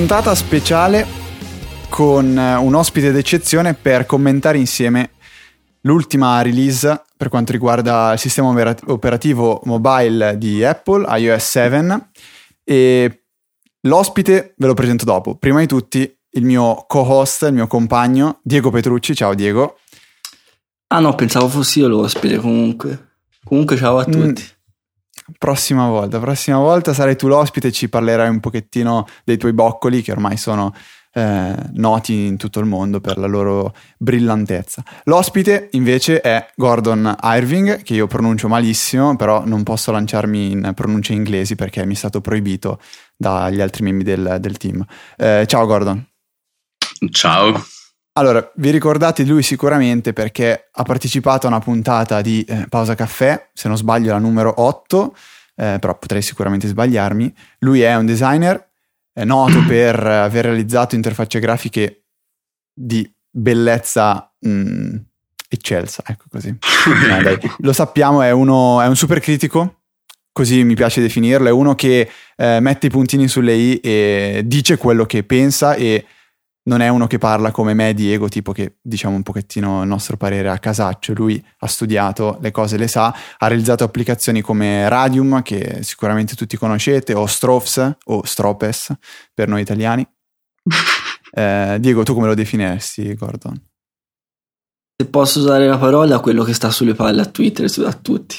puntata speciale con un ospite d'eccezione per commentare insieme l'ultima release per quanto riguarda il sistema operativo mobile di Apple, iOS 7, e l'ospite ve lo presento dopo. Prima di tutti il mio co-host, il mio compagno, Diego Petrucci. Ciao Diego. Ah no, pensavo fossi io l'ospite comunque. Comunque ciao a tutti. Prossima volta sarai tu l'ospite e ci parlerai un pochettino dei tuoi boccoli che ormai sono noti in tutto il mondo per la loro brillantezza. L'ospite invece è Gordon Irving, che io pronuncio malissimo, però non posso lanciarmi in pronunce inglesi perché mi è stato proibito dagli altri membri del team. Ciao Gordon. Ciao. Allora, vi ricordate di lui sicuramente perché ha partecipato a una puntata di Pausa Caffè, se non sbaglio la numero 8, però potrei sicuramente sbagliarmi. Lui è un designer, è noto per aver realizzato interfacce grafiche di bellezza eccelsa, ecco così. Dai. Lo sappiamo, è un super critico, così mi piace definirlo, è uno che mette i puntini sulle i e dice quello che pensa e non è uno che parla come me, Diego, tipo che diciamo un pochettino il nostro parere a casaccio. Lui ha studiato, le cose le sa, ha realizzato applicazioni come Radium, che sicuramente tutti conoscete, o Strophs, o Stropes, per noi italiani. Diego, tu come lo definiresti, Gordon? Se posso usare la parola, quello che sta sulle palle a Twitter, a tutti.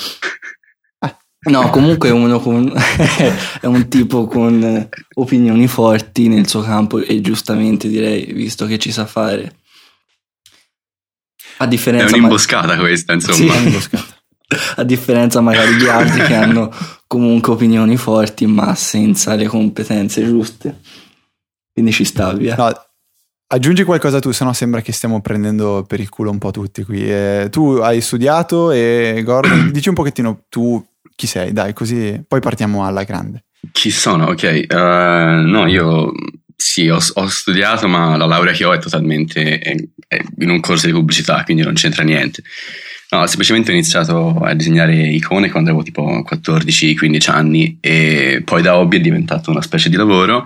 No, comunque è un tipo con opinioni forti nel suo campo e giustamente direi, visto che ci sa fare. A differenza è un'imboscata questa, insomma. Sì, è un'imboscata. A differenza magari di altri che hanno comunque opinioni forti ma senza le competenze giuste. Quindi ci sta, via. No, aggiungi qualcosa tu, sennò sembra che stiamo prendendo per il culo un po' tutti qui. Tu hai studiato e Gordon, dici un pochettino tu chi sei, dai, così poi partiamo alla grande. Chi sono? Ok, no, io sì, ho studiato, ma la laurea che ho è totalmente è in un corso di pubblicità, quindi non c'entra niente. No, semplicemente ho iniziato a disegnare icone quando avevo tipo 14-15 anni e poi da hobby è diventato una specie di lavoro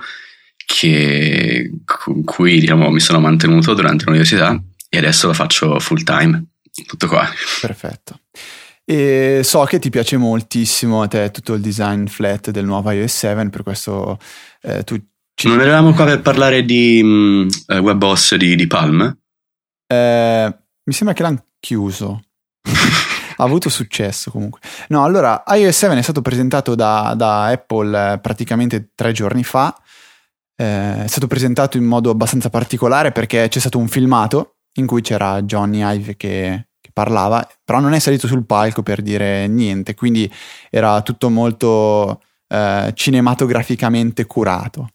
con cui diciamo mi sono mantenuto durante l'università e adesso lo faccio full time, tutto qua. Perfetto. E so che ti piace moltissimo a te tutto il design flat del nuovo iOS 7, per questo tu non eravamo qua per parlare di WebOS di Palm? Mi sembra che l'hanno chiuso. Ha avuto successo comunque. No, allora iOS 7 è stato presentato da Apple praticamente 3 giorni fa. È stato presentato in modo abbastanza particolare perché c'è stato un filmato in cui c'era Johnny Ive che parlava, però non è salito sul palco per dire niente, quindi era tutto molto cinematograficamente curato.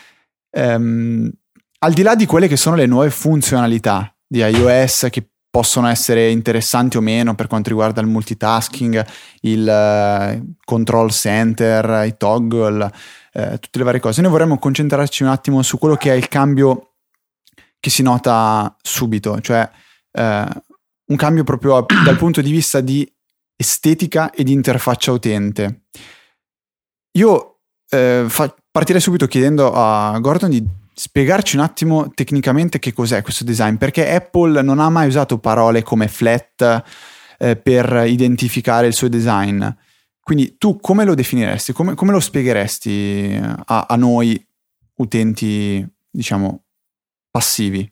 Al di là di quelle che sono le nuove funzionalità di iOS che possono essere interessanti o meno per quanto riguarda il multitasking, il control center, i toggle, tutte le varie cose, noi vorremmo concentrarci un attimo su quello che è il cambio che si nota subito, cioè un cambio proprio dal punto di vista di estetica e di interfaccia utente. Io partirei subito chiedendo a Gordon di spiegarci un attimo tecnicamente che cos'è questo design, perché Apple non ha mai usato parole come flat per identificare il suo design. Quindi tu come lo definiresti? Come lo spiegheresti a noi utenti, diciamo, passivi?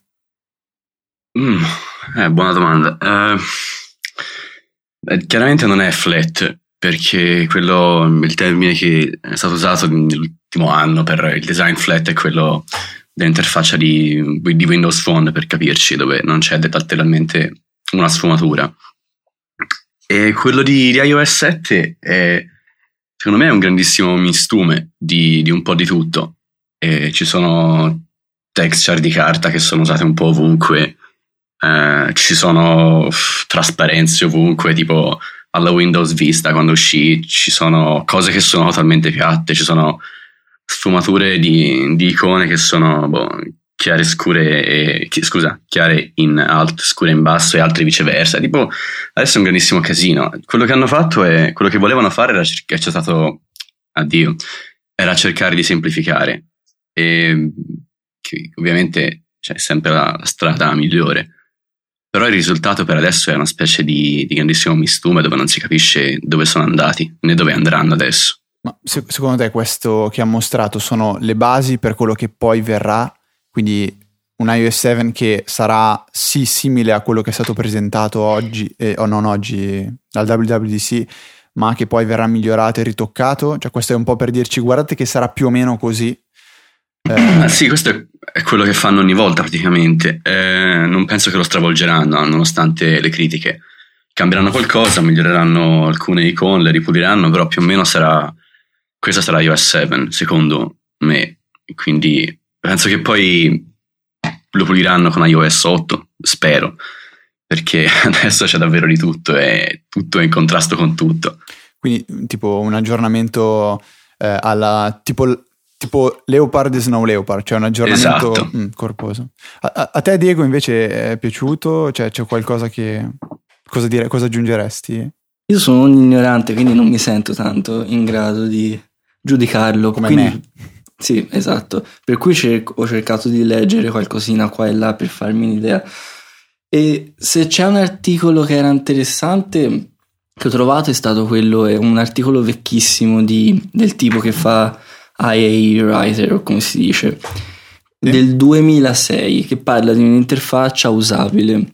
Buona domanda. Chiaramente non è flat, perché quello, il termine che è stato usato nell'ultimo anno per il design flat è quello dell'interfaccia di Windows Phone, per capirci, dove non c'è letteralmente una sfumatura. E quello di iOS 7 è, secondo me, è un grandissimo mistume di un po' di tutto. E ci sono texture di carta che sono usate un po' ovunque. Ci sono trasparenze ovunque, tipo alla Windows Vista quando uscì, ci sono cose che sono totalmente piatte, ci sono sfumature di icone che sono chiare scure chiare in alto, scure in basso e altre viceversa. Tipo adesso è un grandissimo casino. Quello che hanno fatto è quello che volevano fare, era cercare di semplificare. e che ovviamente c'è sempre la strada migliore, però il risultato per adesso è una specie di grandissimo mistume dove non si capisce dove sono andati né dove andranno adesso. Ma secondo te questo che ha mostrato sono le basi per quello che poi verrà, quindi un iOS 7 che sarà sì simile a quello che è stato presentato oggi, o non oggi, dal WWDC, ma che poi verrà migliorato e ritoccato? Cioè questo è un po' per dirci guardate che sarà più o meno così. Sì, questo è quello che fanno ogni volta praticamente. Non penso che lo stravolgeranno, nonostante le critiche. Cambieranno qualcosa, miglioreranno alcune icone, le ripuliranno, però più o meno questa sarà iOS 7, secondo me. Quindi penso che poi lo puliranno con iOS 8, spero, perché adesso c'è davvero di tutto e tutto è in contrasto con tutto. Quindi tipo un aggiornamento alla tipo Leopard e Snow Leopard, cioè un aggiornamento esatto. Corposo. A te Diego invece è piaciuto? Cioè c'è qualcosa che... Cosa aggiungeresti? Io sono un ignorante, quindi non mi sento tanto in grado di giudicarlo. Come quindi, me. Sì, esatto. Per cui ho cercato di leggere qualcosina qua e là per farmi un'idea. E se c'è un articolo che era interessante che ho trovato è stato quello, è un articolo vecchissimo del tipo che fa IA Writer, o come si dice, del 2006, che parla di un'interfaccia usabile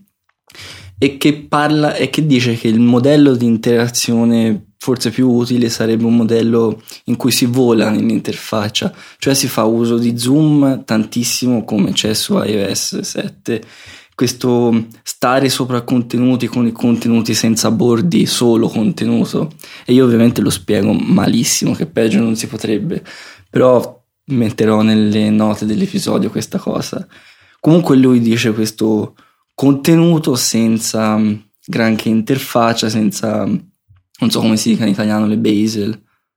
e che dice che il modello di interazione forse più utile sarebbe un modello in cui si vola nell'interfaccia, cioè si fa uso di zoom tantissimo come c'è su iOS 7, questo stare sopra contenuti con i contenuti senza bordi, solo contenuto. E io ovviamente lo spiego malissimo, che peggio non si potrebbe, però metterò nelle note dell'episodio questa cosa. Comunque lui dice questo contenuto senza granché interfaccia, senza, non so come si dica in italiano, le bezel,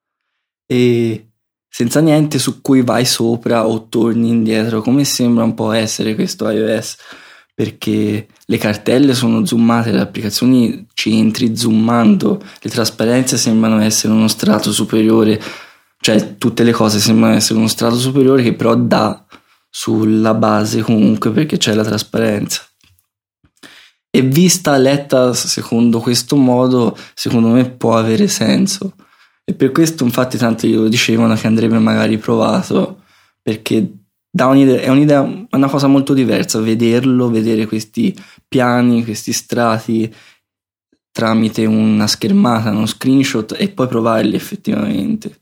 e senza niente su cui vai sopra o torni indietro, come sembra un po' essere questo iOS, perché le cartelle sono zoomate, le applicazioni ci entri zoomando, le trasparenze sembrano essere uno strato superiore, cioè tutte le cose sembrano essere uno strato superiore che però dà sulla base comunque perché c'è la trasparenza. E letta secondo questo modo, secondo me può avere senso, e per questo infatti tanti lo dicevano che andrebbe magari provato, perché dà un'idea, è una cosa molto diversa vedere questi piani, questi strati tramite una schermata, uno screenshot, e poi provarli effettivamente.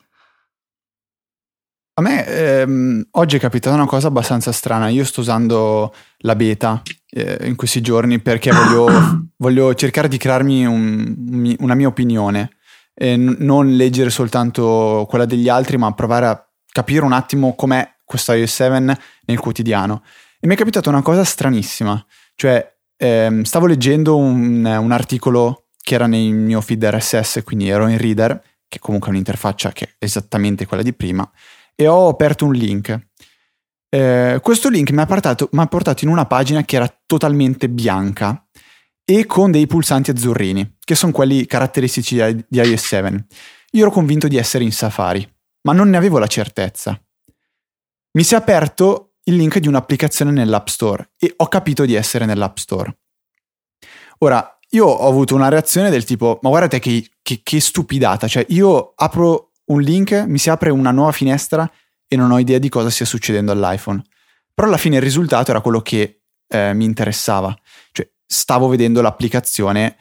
A me oggi è capitata una cosa abbastanza strana. Io sto usando la beta in questi giorni perché voglio cercare di crearmi una mia opinione e non leggere soltanto quella degli altri, ma provare a capire un attimo com'è questo iOS 7 nel quotidiano. E mi è capitata una cosa stranissima, cioè stavo leggendo un articolo che era nel mio feed RSS, quindi ero in Reader, che comunque è un'interfaccia che è esattamente quella di prima, e ho aperto un link. Questo link mi ha portato in una pagina che era totalmente bianca e con dei pulsanti azzurrini, che sono quelli caratteristici di iOS 7. Io ero convinto di essere in Safari, ma non ne avevo la certezza. Mi si è aperto il link di un'applicazione nell'App Store e ho capito di essere nell'App Store. Ora, io ho avuto una reazione del tipo, ma guardate che stupidata, cioè io apro un link, mi si apre una nuova finestra e non ho idea di cosa stia succedendo all'iPhone. Però alla fine il risultato era quello che mi interessava, cioè stavo vedendo l'applicazione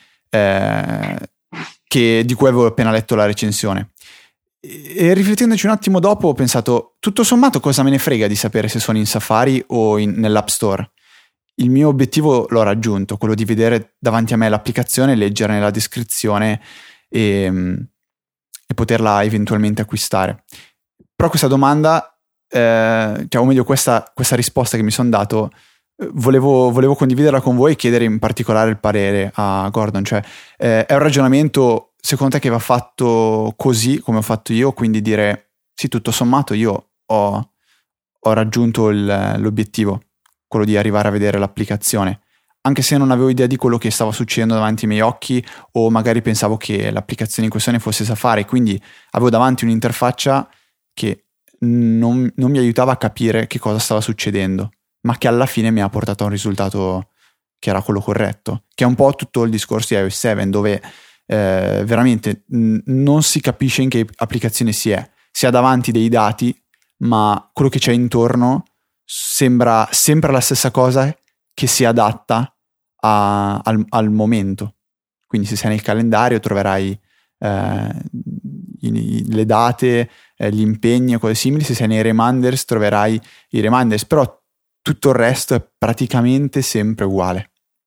di cui avevo appena letto la recensione. E riflettendoci un attimo dopo ho pensato, tutto sommato cosa me ne frega di sapere se sono in Safari o nell'App Store. Il mio obiettivo l'ho raggiunto, quello di vedere davanti a me l'applicazione, leggerne la descrizione e poterla eventualmente acquistare. Però questa domanda, o meglio questa risposta che mi sono dato, volevo condividerla con voi e chiedere in particolare il parere a Gordon. Cioè è un ragionamento secondo te che va fatto così come ho fatto io, quindi dire sì, tutto sommato io ho raggiunto l'obiettivo, quello di arrivare a vedere l'applicazione, anche se non avevo idea di quello che stava succedendo davanti ai miei occhi, o magari pensavo che l'applicazione in questione fosse Safari, quindi avevo davanti un'interfaccia che non mi aiutava a capire che cosa stava succedendo, ma che alla fine mi ha portato a un risultato che era quello corretto, che è un po' tutto il discorso di iOS 7, dove veramente non si capisce in che applicazione si ha davanti dei dati, ma quello che c'è intorno sembra sempre la stessa cosa che si adatta al momento. Quindi se sei nel calendario troverai le date, gli impegni o cose simili. Se sei nei reminders troverai i reminders, però tutto il resto è praticamente sempre uguale.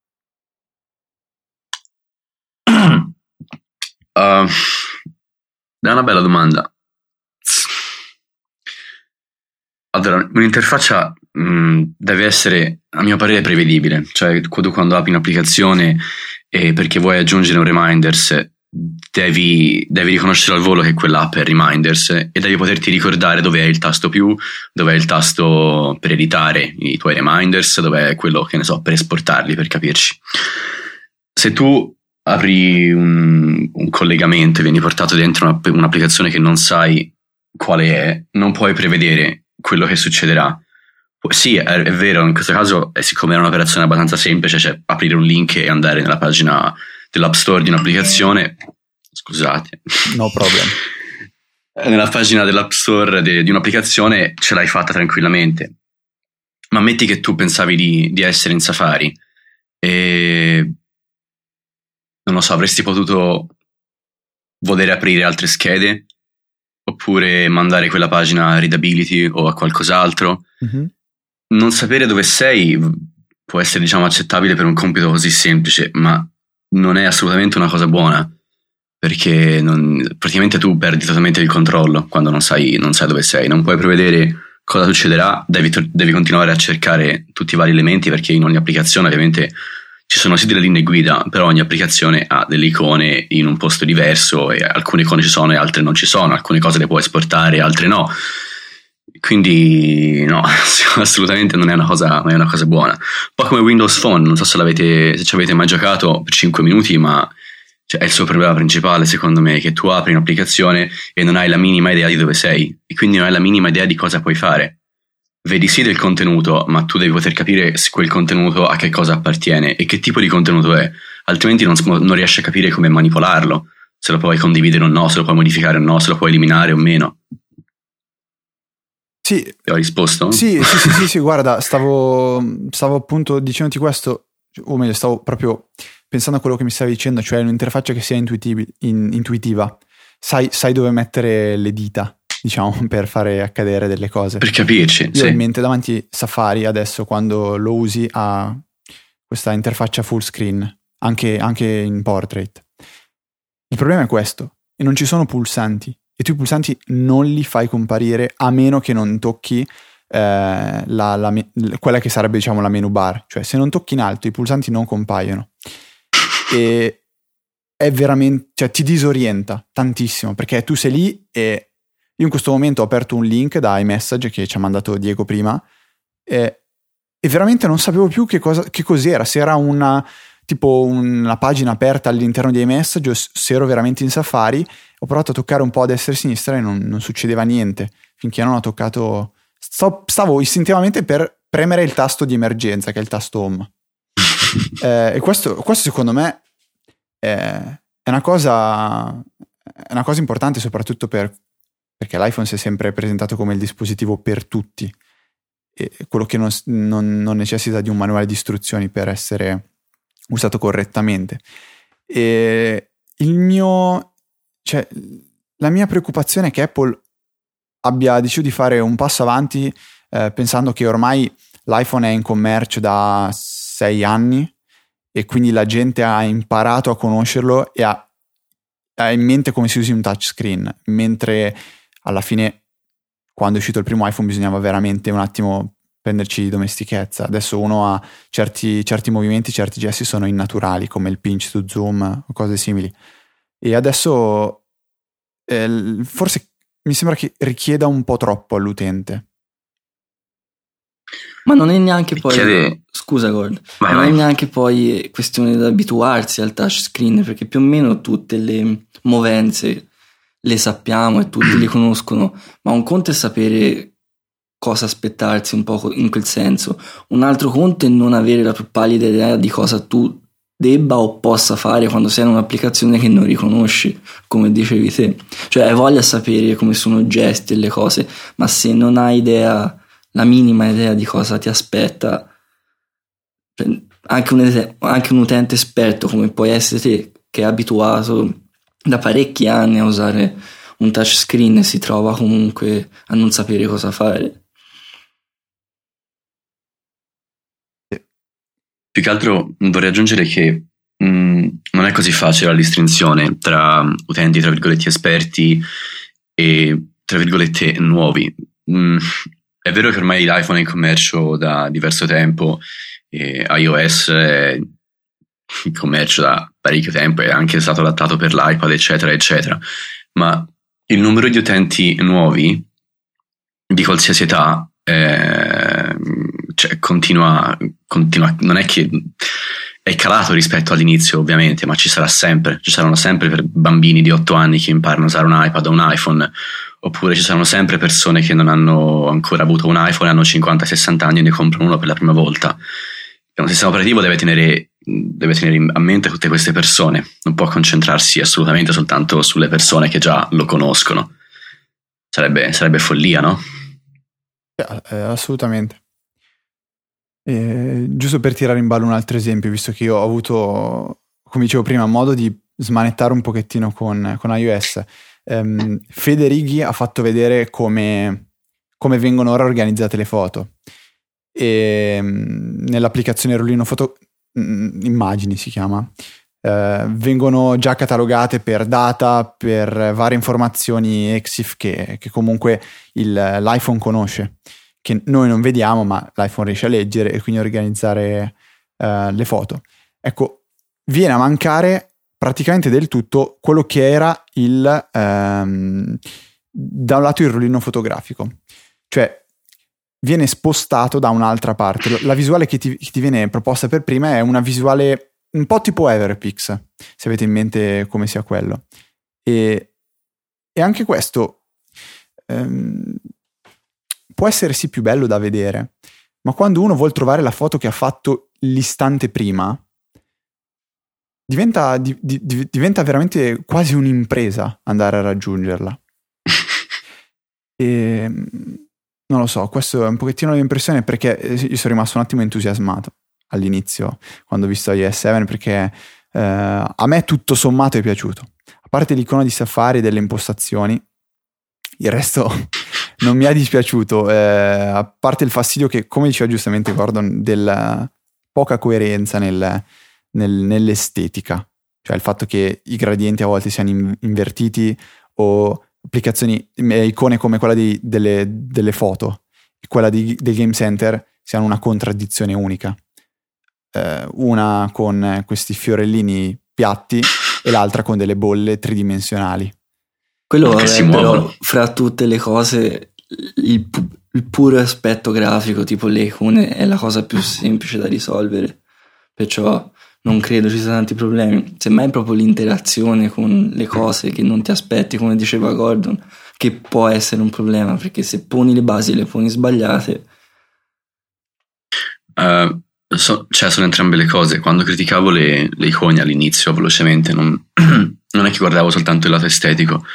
È una bella domanda. Allora, un'interfaccia deve essere, a mio parere, prevedibile. Cioè, tu quando apri un'applicazione e perché vuoi aggiungere un reminders, devi riconoscere al volo che quell'app è reminders e devi poterti ricordare dove è il tasto più, dove è il tasto per editare i tuoi reminders, dove è quello, che ne so, per esportarli, per capirci. Se tu apri un collegamento e vieni portato dentro un'applicazione che non sai quale è, non puoi prevedere quello che succederà. Sì, è vero, in questo caso, siccome era un'operazione abbastanza semplice, cioè aprire un link e andare nella pagina dell'App Store di un'applicazione, scusate, no problem, nella pagina dell'App Store di un'applicazione ce l'hai fatta tranquillamente. Ma ammetti che tu pensavi di essere in Safari e non lo so, avresti potuto voler aprire altre schede oppure mandare quella pagina a Readability o a qualcos'altro. Mm-hmm. Non sapere dove sei può essere, diciamo, accettabile per un compito così semplice, ma non è assolutamente una cosa buona, perché praticamente tu perdi totalmente il controllo quando non sai dove sei, non puoi prevedere cosa succederà, devi continuare a cercare tutti i vari elementi, perché in ogni applicazione ovviamente ci sono sì delle linee guida, però ogni applicazione ha delle icone in un posto diverso e alcune icone ci sono e altre non ci sono, alcune cose le puoi esportare, altre no. Quindi no, assolutamente non è una cosa buona. Un po' come Windows Phone, non so se ci avete mai giocato per 5 minuti, ma cioè, è il suo problema principale, secondo me, che tu apri un'applicazione e non hai la minima idea di dove sei e quindi non hai la minima idea di cosa puoi fare. Vedi sì del contenuto, ma tu devi poter capire se quel contenuto a che cosa appartiene e che tipo di contenuto è, altrimenti non riesci a capire come manipolarlo, se lo puoi condividere o no, se lo puoi modificare o no, se lo puoi eliminare o meno. Sì. Ti ho risposto? Sì, guarda, stavo appunto dicendoti questo, o meglio, stavo proprio pensando a quello che mi stavi dicendo, cioè un'interfaccia che sia intuitiva, sai dove mettere le dita, diciamo, per fare accadere delle cose. Per capirci, Io ho in mente davanti Safari adesso, quando lo usi, ha questa interfaccia full screen, anche in portrait. Il problema è questo, e non ci sono pulsanti. E tu i pulsanti non li fai comparire a meno che non tocchi quella che sarebbe, diciamo, la menu bar. Cioè, se non tocchi in alto i pulsanti non compaiono. E è veramente, cioè, ti disorienta tantissimo, perché tu sei lì e io in questo momento ho aperto un link da iMessage che ci ha mandato Diego prima e veramente non sapevo più che cos'era, se era una pagina aperta all'interno di iMessage o se ero veramente in Safari. Ho provato a toccare un po' a destra e a sinistra e non succedeva niente finché non ho toccato, stavo istintivamente per premere il tasto di emergenza, che è il tasto home. E questo secondo me è una cosa importante, soprattutto perché l'iPhone si è sempre presentato come il dispositivo per tutti, e quello che non necessita di un manuale di istruzioni per essere usato correttamente. E la mia preoccupazione è che Apple abbia deciso di fare un passo avanti, pensando che ormai l'iPhone è in commercio da 6 anni e quindi la gente ha imparato a conoscerlo e ha in mente come si usi un touchscreen, mentre alla fine, quando è uscito il primo iPhone, bisognava veramente un attimo prenderci domestichezza. Adesso uno ha certi movimenti, certi gesti sono innaturali, come il pinch to zoom o cose simili, e adesso forse mi sembra che richieda un po' troppo all'utente. Ma non è neanche poi scusa Gord, non è neanche poi questione di abituarsi al touchscreen, perché più o meno tutte le movenze le sappiamo e tutti le conoscono, ma un conto è sapere cosa aspettarsi un po' in quel senso, un altro conto è non avere la più pallida idea di cosa tu debba o possa fare quando sei in un'applicazione che non riconosci, come dicevi te. Cioè hai voglia di sapere come sono i gesti e le cose, ma se non hai idea, la minima idea di cosa ti aspetta, cioè, anche un utente esperto come puoi essere te, che è abituato da parecchi anni a usare un touchscreen, e si trova comunque a non sapere cosa fare. Più che altro vorrei aggiungere che non è così facile la distinzione tra utenti tra virgolette esperti e tra virgolette nuovi. È vero che ormai l'iPhone è in commercio da diverso tempo e iOS è in commercio da parecchio tempo, è anche stato adattato per l'iPad eccetera eccetera, ma il numero di utenti nuovi di qualsiasi età cioè continua, non è che è calato rispetto all'inizio ovviamente, ma ci saranno sempre per bambini di 8 anni che imparano a usare un iPad o un iPhone, oppure ci saranno sempre persone che non hanno ancora avuto un iPhone, hanno 50-60 anni e ne comprano uno per la prima volta. Un sistema operativo deve tenere a mente tutte queste persone, non può concentrarsi assolutamente soltanto sulle persone che già lo conoscono. Sarebbe follia, no? Assolutamente. Giusto per tirare in ballo un altro esempio, visto che io ho avuto, come dicevo prima, modo di smanettare un pochettino con iOS, Federighi ha fatto vedere come vengono ora organizzate le foto, e nell'applicazione Rollino Foto Immagini si chiama, vengono già catalogate per data, per varie informazioni EXIF che comunque l'iPhone conosce, che noi non vediamo ma l'iPhone riesce a leggere e quindi organizzare le foto. Ecco, viene a mancare praticamente del tutto quello che era da un lato il rollino fotografico, cioè viene spostato da un'altra parte. La visuale che ti viene proposta per prima è una visuale un po' tipo Everpix, se avete in mente come sia quello, e anche questo può essere sì più bello da vedere, ma quando uno vuol trovare la foto che ha fatto l'istante prima diventa veramente quasi un'impresa andare a raggiungerla. E non lo so, questo è un pochettino l'impressione, perché io sono rimasto un attimo entusiasmato all'inizio quando ho visto iOS 7, perché a me tutto sommato è piaciuto, a parte l'icona di Safari e delle impostazioni, il resto non mi è dispiaciuto, a parte il fastidio che, come diceva giustamente Gordon, della poca coerenza nell'estetica, cioè il fatto che i gradienti a volte siano invertiti, o applicazioni, icone come quella delle foto e quella del Game Center siano una contraddizione unica, una con questi fiorellini piatti e l'altra con delle bolle tridimensionali. Quello è però, fra tutte le cose, il puro aspetto grafico, tipo le icone, è la cosa più semplice da risolvere, perciò non credo ci siano tanti problemi. Semmai è proprio l'interazione con le cose che non ti aspetti, come diceva Gordon, che può essere un problema, perché se poni le basi e le poni sbagliate. Sono entrambe le cose. Quando criticavo le icone all'inizio velocemente non è che guardavo soltanto il lato estetico.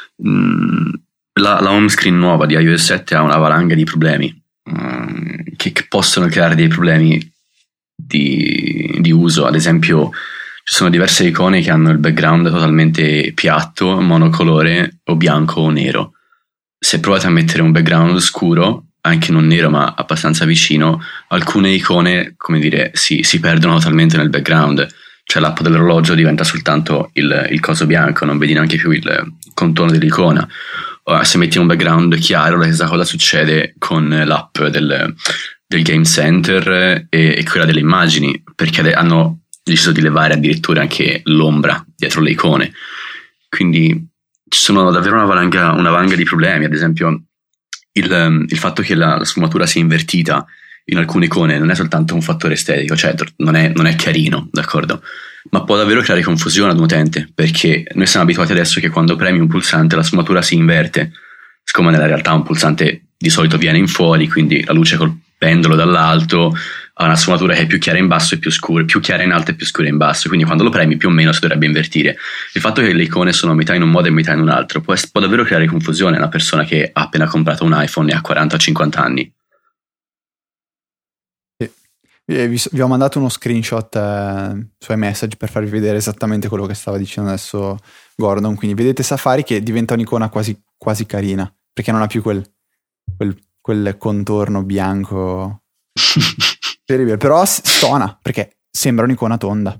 La home screen nuova di iOS 7 ha una valanga di problemi che possono creare dei problemi di uso. Ad esempio, ci sono diverse icone che hanno il background totalmente piatto, monocolore o bianco o nero. Se provate a mettere un background scuro, anche non nero ma abbastanza vicino, alcune icone, come dire, si perdono totalmente nel background. Cioè l'app dell'orologio diventa soltanto il coso bianco, non vedi neanche più il contorno dell'icona. Se metti un background chiaro, la stessa cosa succede con l'app del Game Center e quella delle immagini, perché hanno deciso di levare addirittura anche l'ombra dietro le icone. Quindi ci sono davvero una valanga di problemi. Ad esempio il fatto che la sfumatura sia invertita in alcune icone non è soltanto un fattore estetico, cioè non è carino, d'accordo, ma può davvero creare confusione ad un utente, perché noi siamo abituati adesso che quando premi un pulsante la sfumatura si inverte, siccome nella realtà un pulsante di solito viene in fuori, quindi la luce colpendolo dall'alto ha una sfumatura che è più chiara in basso e più scura, più chiara in alto e più scura in basso, quindi quando lo premi più o meno si dovrebbe invertire. Il fatto che le icone sono metà in un modo e metà in un altro può davvero creare confusione a una persona che ha appena comprato un iPhone e ha 40 o 50 anni. Vi ho mandato uno screenshot su iMessage per farvi vedere esattamente quello che stava dicendo adesso Gordon. Quindi vedete Safari che diventa un'icona quasi carina, perché non ha più quel contorno bianco terribile, però stona perché sembra un'icona tonda.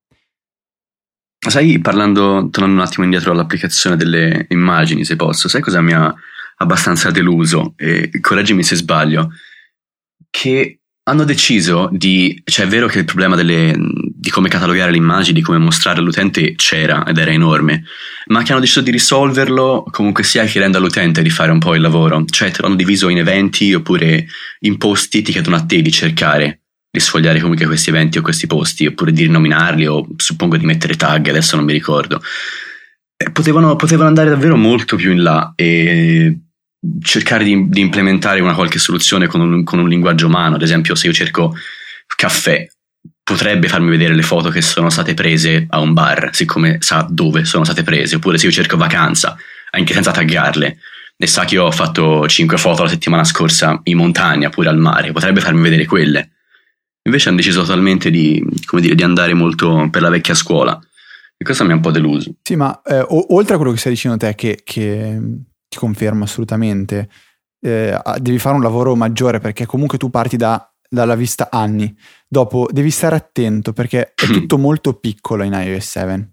Sai, tornando un attimo indietro all'applicazione delle immagini, se posso, sai cosa mi ha abbastanza deluso? E correggimi se sbaglio, che hanno deciso cioè è vero che il problema di come catalogare le immagini, di come mostrare all'utente c'era ed era enorme, ma che hanno deciso di risolverlo comunque sia chiedendo all'utente di fare un po' il lavoro, cioè te lo hanno diviso in eventi oppure in posti, ti chiedono a te di cercare, di sfogliare comunque questi eventi o questi posti, oppure di rinominarli o suppongo di mettere tag, adesso non mi ricordo. Potevano andare davvero molto più in là e cercare di implementare una qualche soluzione con un linguaggio umano. Ad esempio, se io cerco caffè, potrebbe farmi vedere le foto che sono state prese a un bar, siccome sa dove sono state prese. Oppure se io cerco vacanza, anche senza taggarle, e sa che ho fatto 5 foto la settimana scorsa in montagna, pure al mare, potrebbe farmi vedere quelle. Invece hanno deciso totalmente di andare molto per la vecchia scuola, e questo mi ha un po' deluso. Sì, ma oltre a quello che stai dicendo te, che ti confermo assolutamente, devi fare un lavoro maggiore, perché comunque tu parti dalla vista anni. Dopo devi stare attento perché è tutto molto piccolo in iOS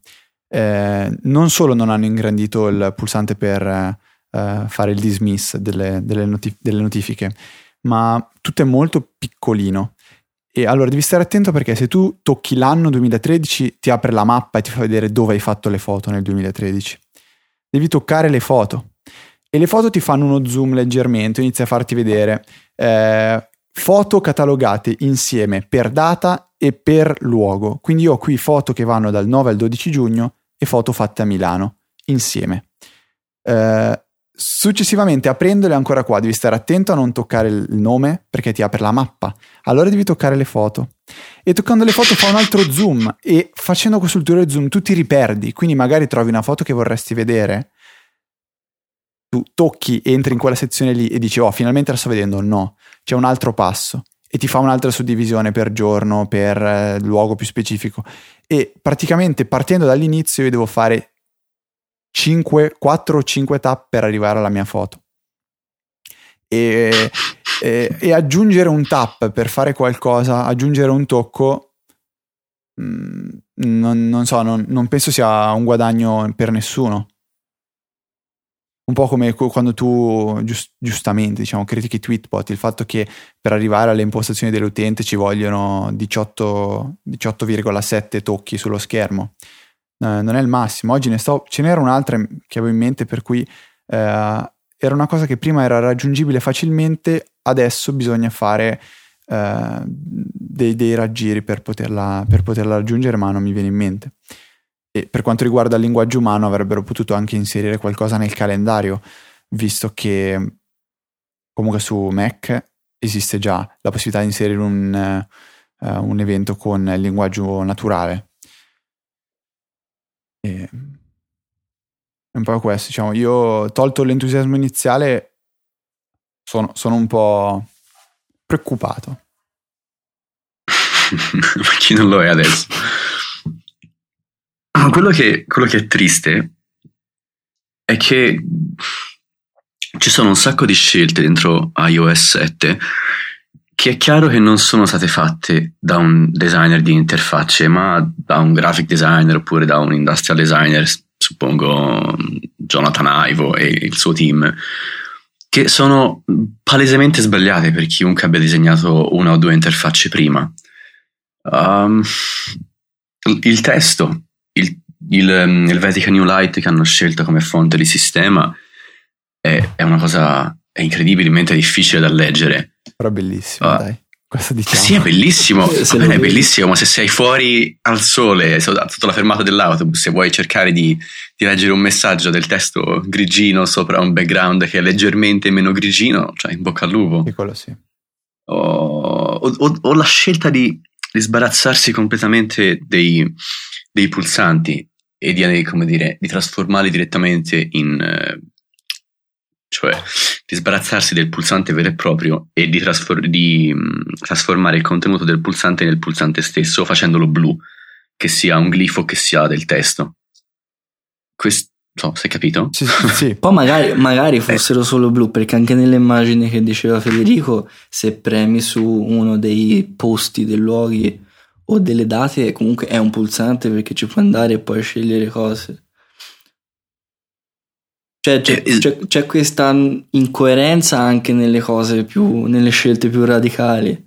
7. Non solo non hanno ingrandito il pulsante per fare il dismiss delle notifiche, ma tutto è molto piccolino. E allora devi stare attento, perché se tu tocchi l'anno 2013 ti apre la mappa e ti fa vedere dove hai fatto le foto nel 2013. Devi toccare le foto e le foto ti fanno uno zoom leggermente, inizia a farti vedere foto catalogate insieme per data e per luogo. Quindi io ho qui foto che vanno dal 9 al 12 giugno e foto fatte a Milano insieme. Successivamente, aprendole ancora qua, devi stare attento a non toccare il nome, perché ti apre la mappa. Allora devi toccare le foto, e toccando le foto fa un altro zoom, e facendo questo ulteriore zoom tu ti riperdi. Quindi magari trovi una foto che vorresti vedere, tu tocchi, entri in quella sezione lì e dici oh, finalmente la sto vedendo. No, c'è un altro passo e ti fa un'altra suddivisione per giorno, per luogo più specifico, e praticamente partendo dall'inizio io devo fare 4 o 5 tap per arrivare alla mia foto, e aggiungere un tap per fare qualcosa, aggiungere un tocco, non penso sia un guadagno per nessuno. Un po' come quando tu giustamente, diciamo, critichi Tweetbot, il fatto che per arrivare alle impostazioni dell'utente ci vogliono 18,7 tocchi sullo schermo. Non è il massimo. Oggi ce n'era un'altra che avevo in mente, per cui era una cosa che prima era raggiungibile facilmente, adesso bisogna fare dei raggiri per poterla raggiungere, ma non mi viene in mente. E per quanto riguarda il linguaggio umano, avrebbero potuto anche inserire qualcosa nel calendario, visto che comunque su Mac esiste già la possibilità di inserire un evento con il linguaggio naturale. E è un po' questo, diciamo. Io, tolto l'entusiasmo iniziale, sono un po' preoccupato. Ma chi non lo è adesso? Quello che è triste è che ci sono un sacco di scelte dentro iOS 7 che è chiaro che non sono state fatte da un designer di interfacce, ma da un graphic designer oppure da un industrial designer, suppongo Jonathan Ive e il suo team, che sono palesemente sbagliate per chiunque abbia disegnato una o due interfacce prima. Il testo, il Helvetica New Light che hanno scelto come fonte di sistema è una cosa incredibilmente difficile da leggere. Però bellissimo, dai. Cosa diciamo? Sì, è bellissimo. Se Va lo bene, è vedi. bellissimo, ma se sei fuori al sole, sotto la fermata dell'autobus, e vuoi cercare di leggere un messaggio del testo grigino sopra un background che è leggermente meno grigino, cioè in bocca al lupo. Sì, quello sì. O la scelta di sbarazzarsi completamente dei pulsanti e di, come dire, di trasformarli direttamente in cioè di sbarazzarsi del pulsante vero e proprio e di trasformare il contenuto del pulsante nel pulsante stesso, facendolo blu, che sia un glifo che sia del testo. Sei capito? Sì, sì. Poi magari fossero solo blu, perché anche nelle immagini che diceva Federico, se premi su uno dei posti, dei luoghi o delle date, comunque è un pulsante, perché ci puoi andare e poi scegliere cose. Cioè c'è questa incoerenza anche nelle cose nelle scelte più radicali.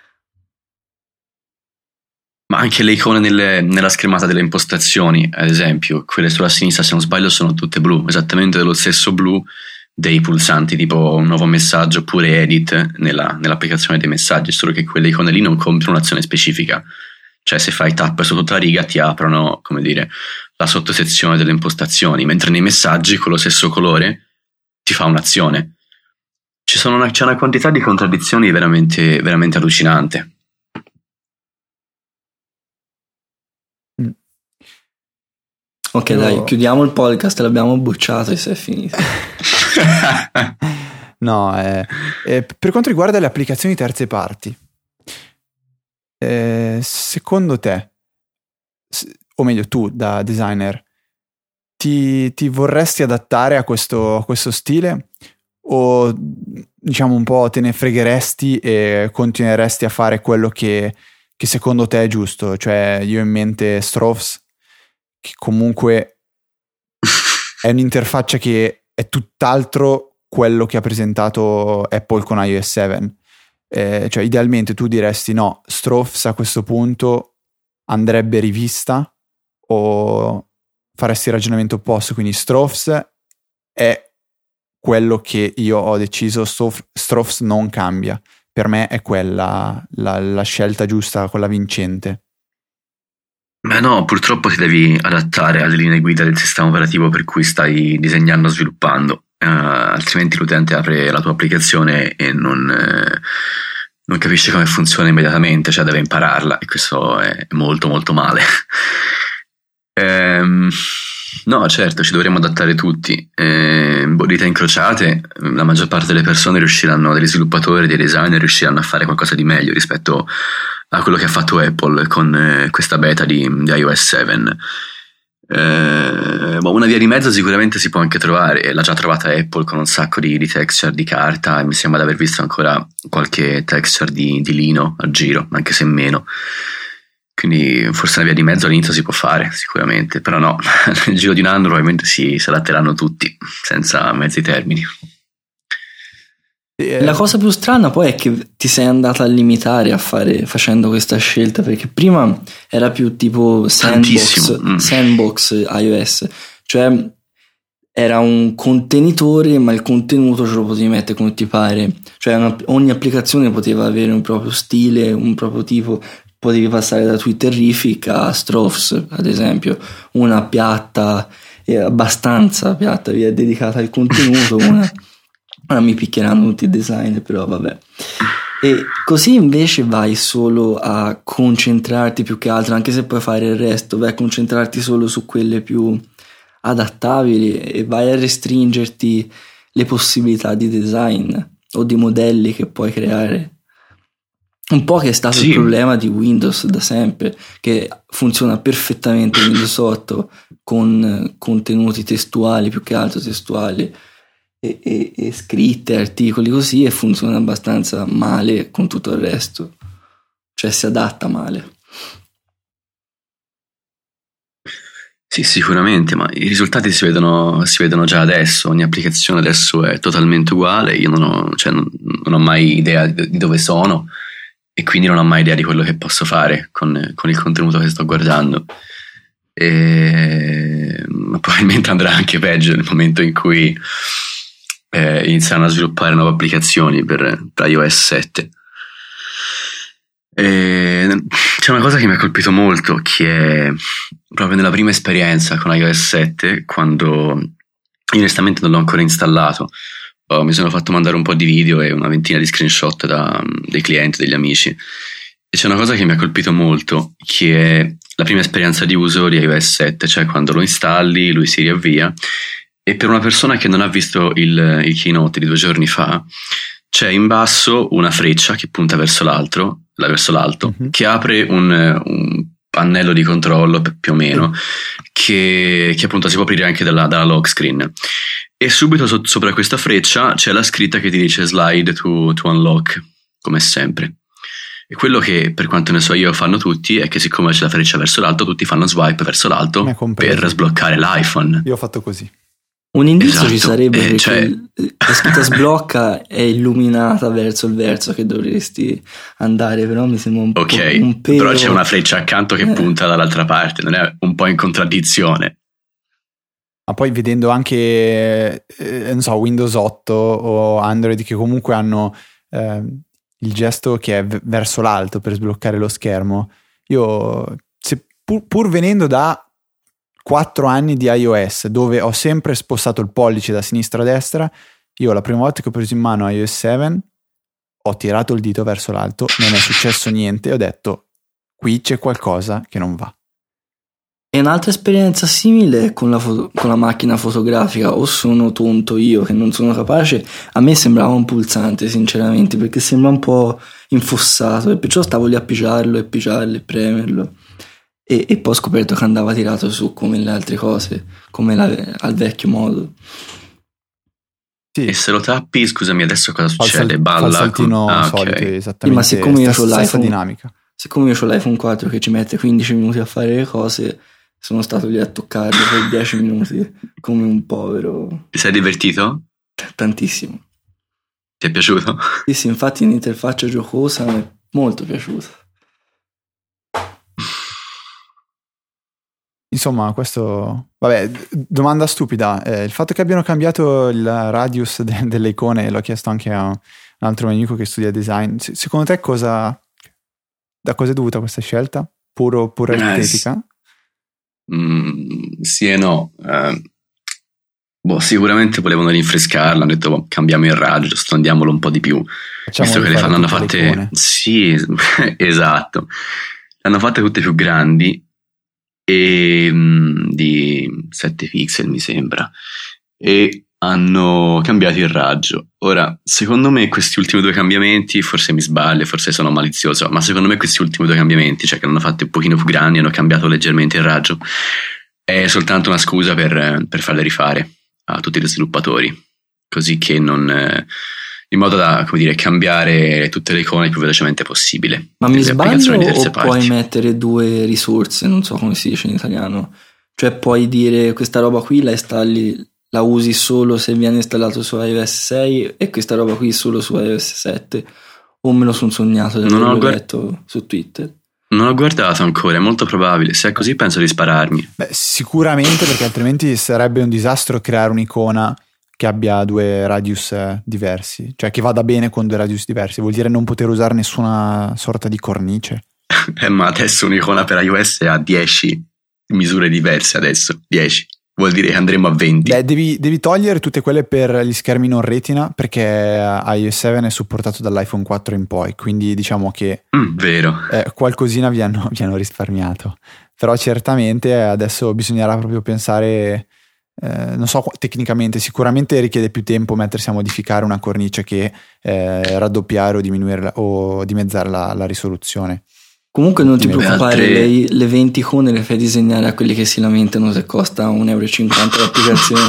Ma anche le icone nella schermata delle impostazioni, ad esempio, quelle sulla sinistra, se non sbaglio, sono tutte blu, esattamente dello stesso blu dei pulsanti tipo un nuovo messaggio oppure edit nell'applicazione dei messaggi, solo che quelle icone lì non compiono un'azione specifica. Cioè, se fai tap su tutta la riga ti aprono, come dire, la sottosezione delle impostazioni, mentre nei messaggi con lo stesso colore ti fa un'azione. C'è una quantità di contraddizioni veramente, veramente allucinante. Ok, dai, chiudiamo il podcast, l'abbiamo bocciato e si è finito. No, per quanto riguarda le applicazioni terze parti, secondo te, o meglio tu da designer, ti vorresti adattare a questo stile, o diciamo un po' te ne fregheresti e continueresti a fare quello che secondo te è giusto? Cioè, io ho in mente Strophs, che comunque è un'interfaccia che è tutt'altro quello che ha presentato Apple con iOS 7. Cioè, idealmente tu diresti no, Strophs a questo punto andrebbe rivista, o faresti il ragionamento opposto, quindi Strophs è quello che io ho deciso, Strophs non cambia, per me è quella la scelta giusta, quella vincente. Beh no, purtroppo ti devi adattare alle linee guida del sistema operativo per cui stai disegnando o sviluppando, altrimenti l'utente apre la tua applicazione e non capisce come funziona immediatamente, cioè deve impararla, e questo è molto molto male. No, certo, ci dovremmo adattare tutti. Dita incrociate, la maggior parte delle persone degli sviluppatori, dei designer, riusciranno a fare qualcosa di meglio rispetto a quello che ha fatto Apple con questa beta di iOS 7. Una via di mezzo sicuramente si può anche trovare, e l'ha già trovata Apple con un sacco di texture di carta, e mi sembra di aver visto ancora qualche texture di lino a giro, anche se meno. Quindi forse una via di mezzo all'inizio si può fare sicuramente, però no, nel giro di un anno probabilmente si adatteranno tutti senza mezzi termini. La cosa più strana poi è che ti sei andata a limitare facendo questa scelta, perché prima era più tipo sandbox iOS, cioè era un contenitore, ma il contenuto ce lo potevi mettere come ti pare, cioè ogni applicazione poteva avere un proprio stile, un proprio tipo. Potevi passare da Twitterific a Strophs, ad esempio, una piatta, abbastanza piatta, via, dedicata al contenuto, ora mi picchieranno tutti i designer, però vabbè. E così invece vai solo a concentrarti più che altro, anche se puoi fare il resto, vai a concentrarti solo su quelle più adattabili e vai a restringerti le possibilità di design o di modelli che puoi creare. Un po' che è stato il problema di Windows da sempre, che funziona perfettamente Windows 8 con contenuti testuali, più che altro testuali, e scritte, articoli così, e funziona abbastanza male con tutto il resto, cioè si adatta male. Sì, sicuramente, ma i risultati si vedono già adesso. Ogni applicazione adesso è totalmente uguale. Io non ho mai idea di dove sono, e quindi non ho mai idea di quello che posso fare con il contenuto che sto guardando. Ma probabilmente andrà anche peggio nel momento in cui inizieranno a sviluppare nuove applicazioni per iOS 7. C'è una cosa che mi ha colpito molto, che è proprio nella prima esperienza con iOS 7, quando io onestamente non l'ho ancora installato, mi sono fatto mandare un po' di video e una ventina di screenshot dei clienti, degli amici, e c'è una cosa che mi ha colpito molto, che è la prima esperienza di uso di iOS 7, cioè quando lo installi, lui si riavvia, e per una persona che non ha visto il keynote di 2 giorni fa, c'è in basso una freccia che punta verso l'alto, che apre un pannello di controllo più o meno, che appunto si può aprire anche dalla lock screen, e subito sopra questa freccia c'è la scritta che ti dice slide to unlock, come sempre. E quello che, per quanto ne so io, fanno tutti è che, siccome c'è la freccia verso l'alto, tutti fanno swipe verso l'alto per sbloccare l'iPhone. Io ho fatto così. Un indizio ci sarebbe, perché la scritta sblocca è illuminata verso il verso che dovresti andare, però mi sembra un po' un pelo. Però c'è una freccia accanto che punta dall'altra parte, non è un po' in contraddizione? Ma poi vedendo anche non so, Windows 8 o Android, che comunque hanno il gesto che è verso l'alto per sbloccare lo schermo, io pur venendo da 4 anni di iOS, dove ho sempre spostato il pollice da sinistra a destra, io la prima volta che ho preso in mano iOS 7 ho tirato il dito verso l'alto, non è successo niente, e ho detto qui c'è qualcosa che non va. E un'altra esperienza simile con la macchina fotografica, o sono tonto io che non sono capace, a me sembrava un pulsante sinceramente, perché sembra un po' infossato, e perciò stavo lì a pigiarlo e premerlo, e poi ho scoperto che andava tirato su come le altre cose, come al vecchio modo. Sì. E se lo tappi, scusami, adesso cosa succede? Balla? Fa il saltino solito, okay. esattamente. Ma siccome io ho l'iPhone, dinamica. Siccome io ho l'iPhone 4 che ci mette 15 minuti a fare le cose, sono stato lì a toccarlo per 10 minuti come un povero. Ti sei divertito? Tantissimo. Ti è piaciuto? Sì, infatti l'interfaccia giocosa mi è molto piaciuta. Insomma, questo... Vabbè, domanda stupida. Il fatto che abbiano cambiato il radius delle icone, l'ho chiesto anche a un altro mio amico che studia design. Secondo te da cosa è dovuta questa scelta? Pura estetica? Sì e no. Sicuramente volevano rinfrescarla, hanno detto cambiamo il raggio, standiamolo un po' di più. Visto che le hanno fatte... Sì, esatto. Le hanno fatte tutte più grandi, e di 7 pixel mi sembra, e hanno cambiato il raggio. Ora, secondo me questi ultimi 2 cambiamenti, forse mi sbaglio, forse sono malizioso, ma secondo me questi ultimi 2 cambiamenti, cioè che l'hanno fatto un pochino più grandi, hanno cambiato leggermente il raggio, è soltanto una scusa per farle rifare a tutti gli sviluppatori, così che non... in modo da, come dire, cambiare tutte le icone il più velocemente possibile. Ma mi sbaglio o puoi mettere 2 risorse, non so come si dice in italiano, cioè puoi dire questa roba qui la installi, la usi solo se viene installato su iOS 6 e questa roba qui solo su iOS 7, o me lo sono sognato da quello che ho letto su Twitter? Non ho guardato ancora, è molto probabile. Se è così penso di spararmi. Beh, sicuramente, perché altrimenti sarebbe un disastro creare un'icona che abbia 2 radius diversi, cioè che vada bene con 2 radius diversi. Vuol dire non poter usare nessuna sorta di cornice. Ma adesso un'icona per iOS ha 10 misure diverse, adesso 10. Vuol dire che andremo a 20. Beh, devi togliere tutte quelle per gli schermi non retina, perché iOS 7 è supportato dall'iPhone 4 in poi, quindi diciamo che vero. Qualcosina vi hanno risparmiato. Però certamente adesso bisognerà proprio pensare, non so, tecnicamente sicuramente richiede più tempo mettersi a modificare una cornice che raddoppiare o diminuire o dimezzare la risoluzione. Comunque non ti preoccupare, le 20 icone le fai disegnare a quelli che si lamentano se costa €1,50 l'applicazione.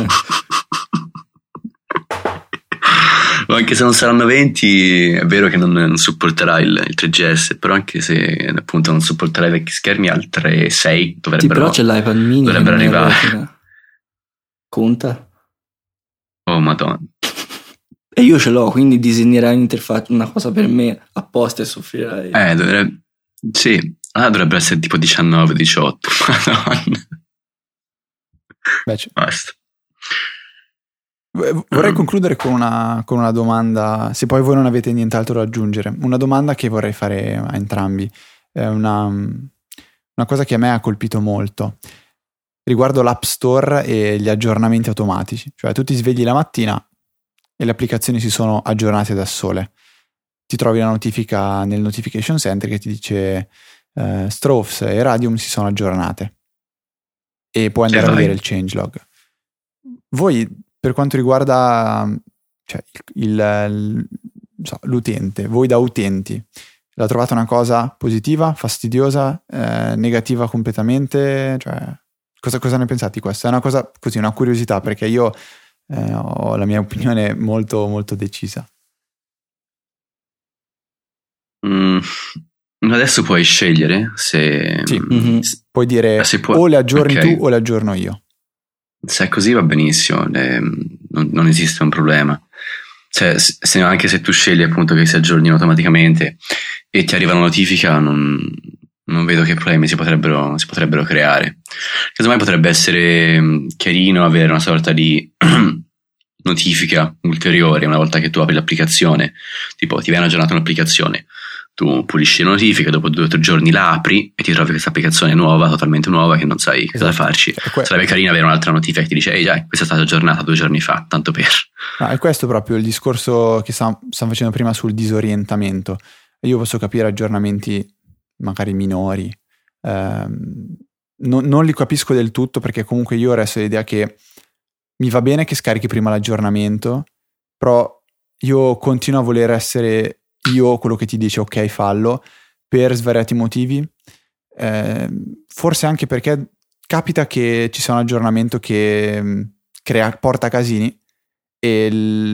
Anche se non saranno 20, è vero che non supporterà il 3GS, però anche se appunto non supporterà i vecchi schermi, al 3.6 dovrebbero, sì, però c'è l'iPad mini, dovrebbero arrivare. Conta? Oh madonna. E io ce l'ho, quindi disegnerai un'interfaccia, una cosa per me apposta, e soffrirai. Dovrebbe... Sì, dovrebbe essere tipo 19-18. Madonna. Beh, basta. Vorrei concludere con una domanda, se poi voi non avete nient'altro da aggiungere, una domanda che vorrei fare a entrambi. È una cosa che a me ha colpito molto riguardo l'App Store e gli aggiornamenti automatici. Cioè tu ti svegli la mattina e le applicazioni si sono aggiornate da sole. Ti trovi la notifica nel notification center che ti dice Strophs e Radium si sono aggiornate e puoi andare a vedere il changelog. Voi, per quanto riguarda cioè, l'utente, voi da utenti, la trovate una cosa positiva, fastidiosa, negativa completamente? Cioè, cosa ne pensate di questo? È una cosa così, una curiosità, perché io ho la mia opinione molto, molto decisa. Adesso puoi scegliere se... Sì, puoi dire o le aggiorni tu o le aggiorno io. Se è così va benissimo, non esiste un problema. Cioè, anche se tu scegli appunto che si aggiornino automaticamente e ti arriva una notifica, non vedo che problemi si potrebbero creare. Casomai potrebbe essere carino avere una sorta di notifica ulteriore una volta che tu apri l'applicazione. Tipo, ti viene aggiornata un'applicazione, tu pulisci le notifiche, dopo 2 o 3 giorni la apri e ti trovi questa applicazione nuova, totalmente nuova, che non sai cosa farci. Sarebbe carino avere un'altra notifica che ti dice: ehi dai, questa è stata aggiornata 2 giorni fa, tanto per... è questo proprio il discorso che stiamo facendo prima sul disorientamento. Io posso capire aggiornamenti magari minori, non li capisco del tutto, perché comunque io resto l'idea che mi va bene che scarichi prima l'aggiornamento, però io continuo a voler essere io quello che ti dice ok fallo, per svariati motivi, forse anche perché capita che ci sia un aggiornamento che porta casini e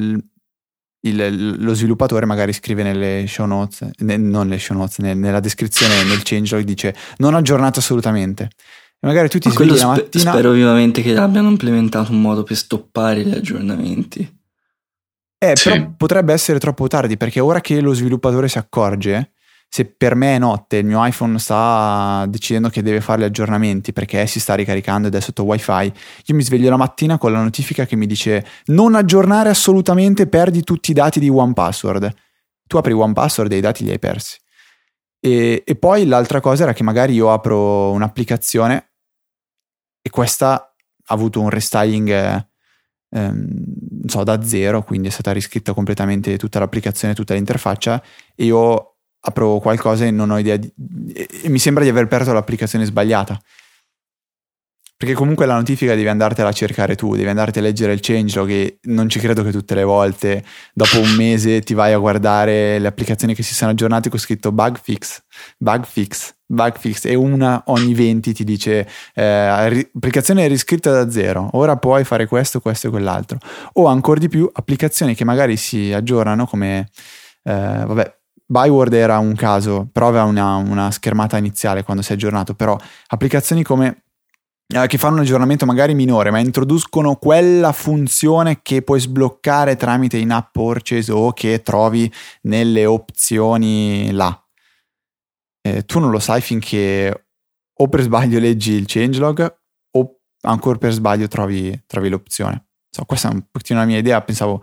lo sviluppatore magari scrive nelle show notes, non le show notes, nella descrizione, nel changelog dice non aggiornato assolutamente, e magari tu ti svegli la mattina. Spero vivamente che abbiano implementato un modo per stoppare gli aggiornamenti. Sì. Però potrebbe essere troppo tardi, perché ora che lo sviluppatore si accorge, se per me è notte, il mio iPhone sta decidendo che deve fare gli aggiornamenti perché si sta ricaricando ed è sotto wifi, io mi sveglio la mattina con la notifica che mi dice non aggiornare assolutamente, perdi tutti i dati di OnePassword. Tu apri OnePassword e i dati li hai persi. E poi l'altra cosa era che magari io apro un'applicazione e questa ha avuto un restyling da zero, quindi è stata riscritta completamente tutta l'applicazione, tutta l'interfaccia, e io apro qualcosa e non ho idea e mi sembra di aver aperto l'applicazione sbagliata, perché comunque la notifica devi andartela a cercare tu, devi andarti a leggere il changelog, e non ci credo che tutte le volte dopo un mese ti vai a guardare le applicazioni che si sono aggiornate con scritto bug fix, e una ogni 20 ti dice applicazione è riscritta da zero, ora puoi fare questo e quell'altro. O ancora di più applicazioni che magari si aggiornano come Byword era un caso, però aveva una schermata iniziale quando si è aggiornato, però applicazioni come che fanno un aggiornamento magari minore ma introducono quella funzione che puoi sbloccare tramite in-app purchase o che trovi nelle opzioni là. Tu non lo sai finché o per sbaglio leggi il changelog o ancora per sbaglio trovi l'opzione. Questa è un pochettino la mia idea, pensavo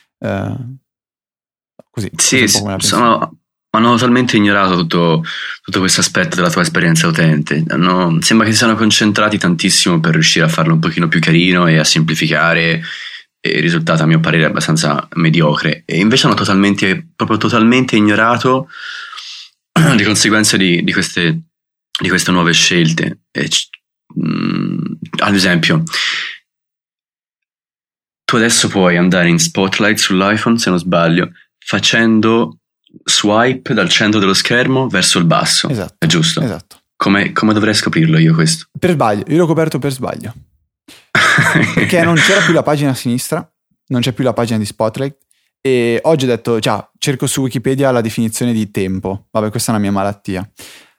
così. Sì, hanno totalmente ignorato tutto questo aspetto della tua esperienza utente. Sembra che si siano concentrati tantissimo per riuscire a farlo un pochino più carino e a semplificare, e il risultato a mio parere è abbastanza mediocre, e invece hanno proprio totalmente ignorato le conseguenze di queste nuove scelte. Ad esempio, tu adesso puoi andare in Spotlight sull'iPhone, se non sbaglio, facendo swipe dal centro dello schermo verso il basso. Esatto, è giusto? Esatto. Come dovrei scoprirlo io questo? Per sbaglio, io l'ho coperto per sbaglio. Perché non c'era più la pagina a sinistra, non c'è più la pagina di Spotlight, e oggi ho detto, cerco su Wikipedia la definizione di tempo. Vabbè, questa è una mia malattia.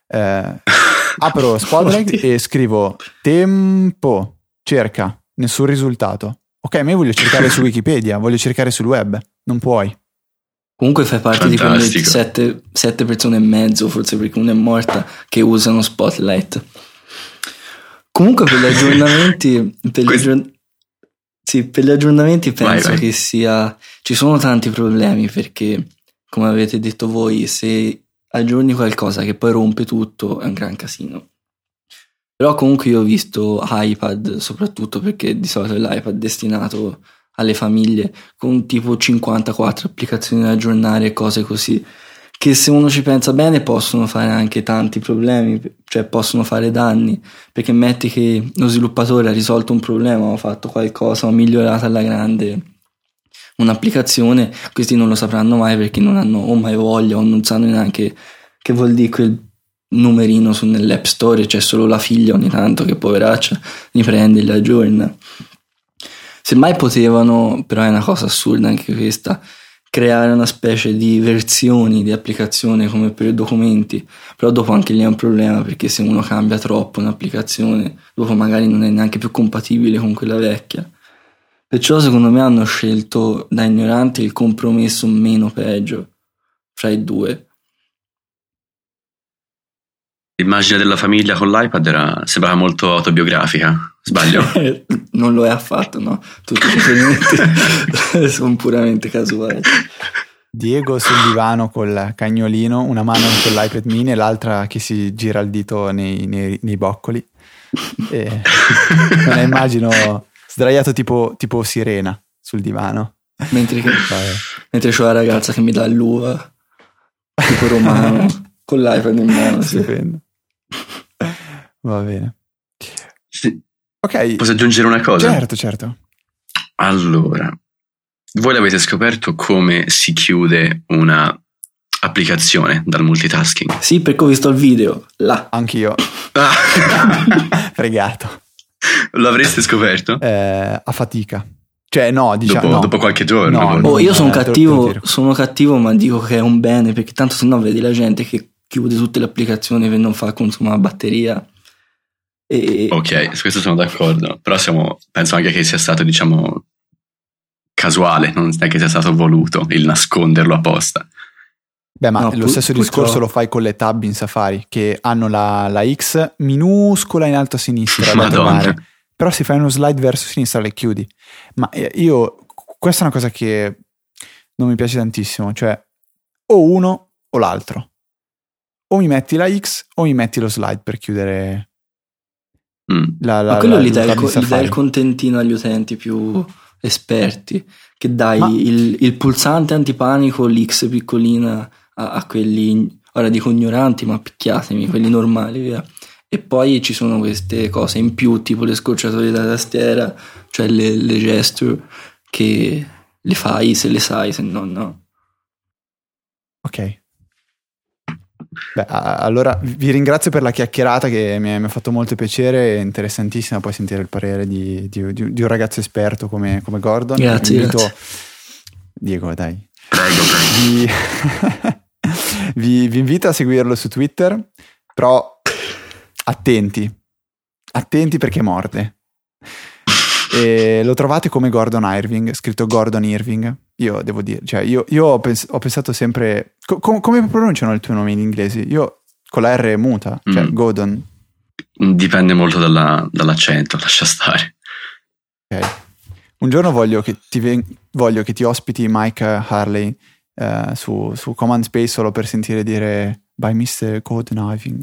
Apro Spotlight e scrivo tempo, cerca, nessun risultato. Ok, ma io voglio cercare su Wikipedia, voglio cercare sul web, non puoi. Comunque fai parte Fantastico. di quelle 7 persone e mezzo, forse perché una è morta, che usano Spotlight. Comunque per gli aggiornamenti Sì, per gli aggiornamenti penso Vai. che ci sono tanti problemi perché, come avete detto voi, se aggiorni qualcosa che poi rompe tutto è un gran casino. Però comunque io ho visto iPad, soprattutto perché di solito l'iPad è destinato alle famiglie, con tipo 54 applicazioni da aggiornare e cose così, che se uno ci pensa bene possono fare anche tanti problemi, cioè possono fare danni, perché metti che lo sviluppatore ha risolto un problema, ha fatto qualcosa, ha migliorato alla grande un'applicazione, questi non lo sapranno mai perché non hanno o mai voglia o non sanno neanche che vuol dire quel numerino nell'App Store, c'è solo la figlia ogni tanto che poveraccia li prende e li aggiorna. Semmai potevano, però è una cosa assurda anche questa, creare una specie di versioni di applicazione come per i documenti, però dopo anche lì è un problema perché se uno cambia troppo un'applicazione dopo magari non è neanche più compatibile con quella vecchia. Perciò secondo me hanno scelto da ignoranti il compromesso meno peggio fra i due. L'immagine della famiglia con l'iPad sembrava molto autobiografica, sbaglio? Non lo è affatto, no? Tutti i riferimenti sono puramente casuali. Diego sul divano col cagnolino, una mano con l'iPad mini e l'altra che si gira il dito nei boccoli. E me la immagino sdraiato tipo sirena sul divano. Mentre c'ho la ragazza che mi dà l'uva, tipo romano, con l'iPad in mano. Stupendo. Va bene. Sì. Ok. Posso aggiungere una cosa? Certo. Allora, voi l'avete scoperto come si chiude una applicazione dal multitasking? Sì, perché ho visto il video, là. Anch'io. Fregato. L'avreste scoperto? A fatica. Cioè no, diciamo dopo qualche giorno. No, io sono cattivo, ma dico che è un bene, perché tanto se no vedi la gente che chiude tutte le applicazioni per non far consumare batteria. Ok, su questo sono d'accordo, però penso anche che sia stato, diciamo, casuale, non è che sia stato voluto il nasconderlo apposta. Beh, ma No, lo stesso discorso purtroppo lo fai con le tab in Safari, che hanno la X minuscola in alto a sinistra da trovare, però se fai uno slide verso sinistra le chiudi. Ma questa è una cosa che non mi piace tantissimo, cioè o uno o l'altro. O mi metti la X o mi metti lo slide per chiudere ma quello gli dà Safari. il contentino agli utenti più esperti, che dai il pulsante antipanico, l'X piccolina a quelli, ora dico ignoranti, ma picchiatemi, quelli normali, via. E poi ci sono queste cose in più, tipo le scorciatoie da tastiera, cioè le gesture che le fai se le sai, se no no. Ok. Beh, allora vi ringrazio per la chiacchierata che mi ha fatto molto piacere, è interessantissima poi sentire il parere di un ragazzo esperto come Gordon. Grazie. Diego, dai. Prego. Vi invito a seguirlo su Twitter, però attenti perché morde. E lo trovate come Gordon Irving, scritto Gordon Irving. Io devo dire, cioè io ho pensato sempre come pronunciano il tuo nome in inglese? Io con la R muta, cioè Gordon. Dipende molto dall'accento, lascia stare. Ok. Un giorno voglio che ti ospiti Mike Harley su Command Space solo per sentire dire by Mr. Gordon Irving.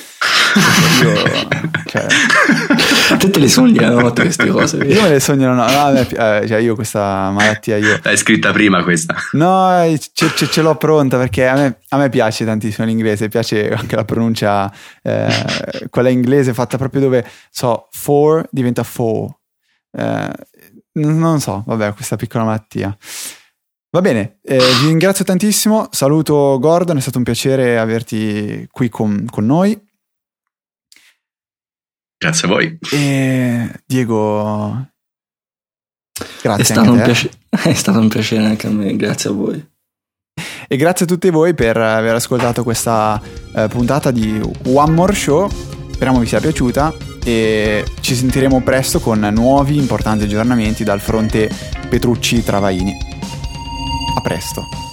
Te le sogni la notte queste cose? Io me le sogno la notte, cioè io questa malattia l'hai scritta prima questa? No, ce l'ho pronta perché a me piace tantissimo l'inglese, piace anche la pronuncia quella inglese fatta proprio dove for diventa fo, non so, vabbè, questa piccola malattia. Va bene, vi ringrazio tantissimo, saluto Gordon, è stato un piacere averti qui con noi. Grazie a voi. E Diego, grazie. È stato un piacere anche a me, grazie a voi. E grazie a tutti voi per aver ascoltato questa puntata di One More Show. Speriamo vi sia piaciuta e ci sentiremo presto con nuovi importanti aggiornamenti dal fronte Petrucci-Travaini. A presto.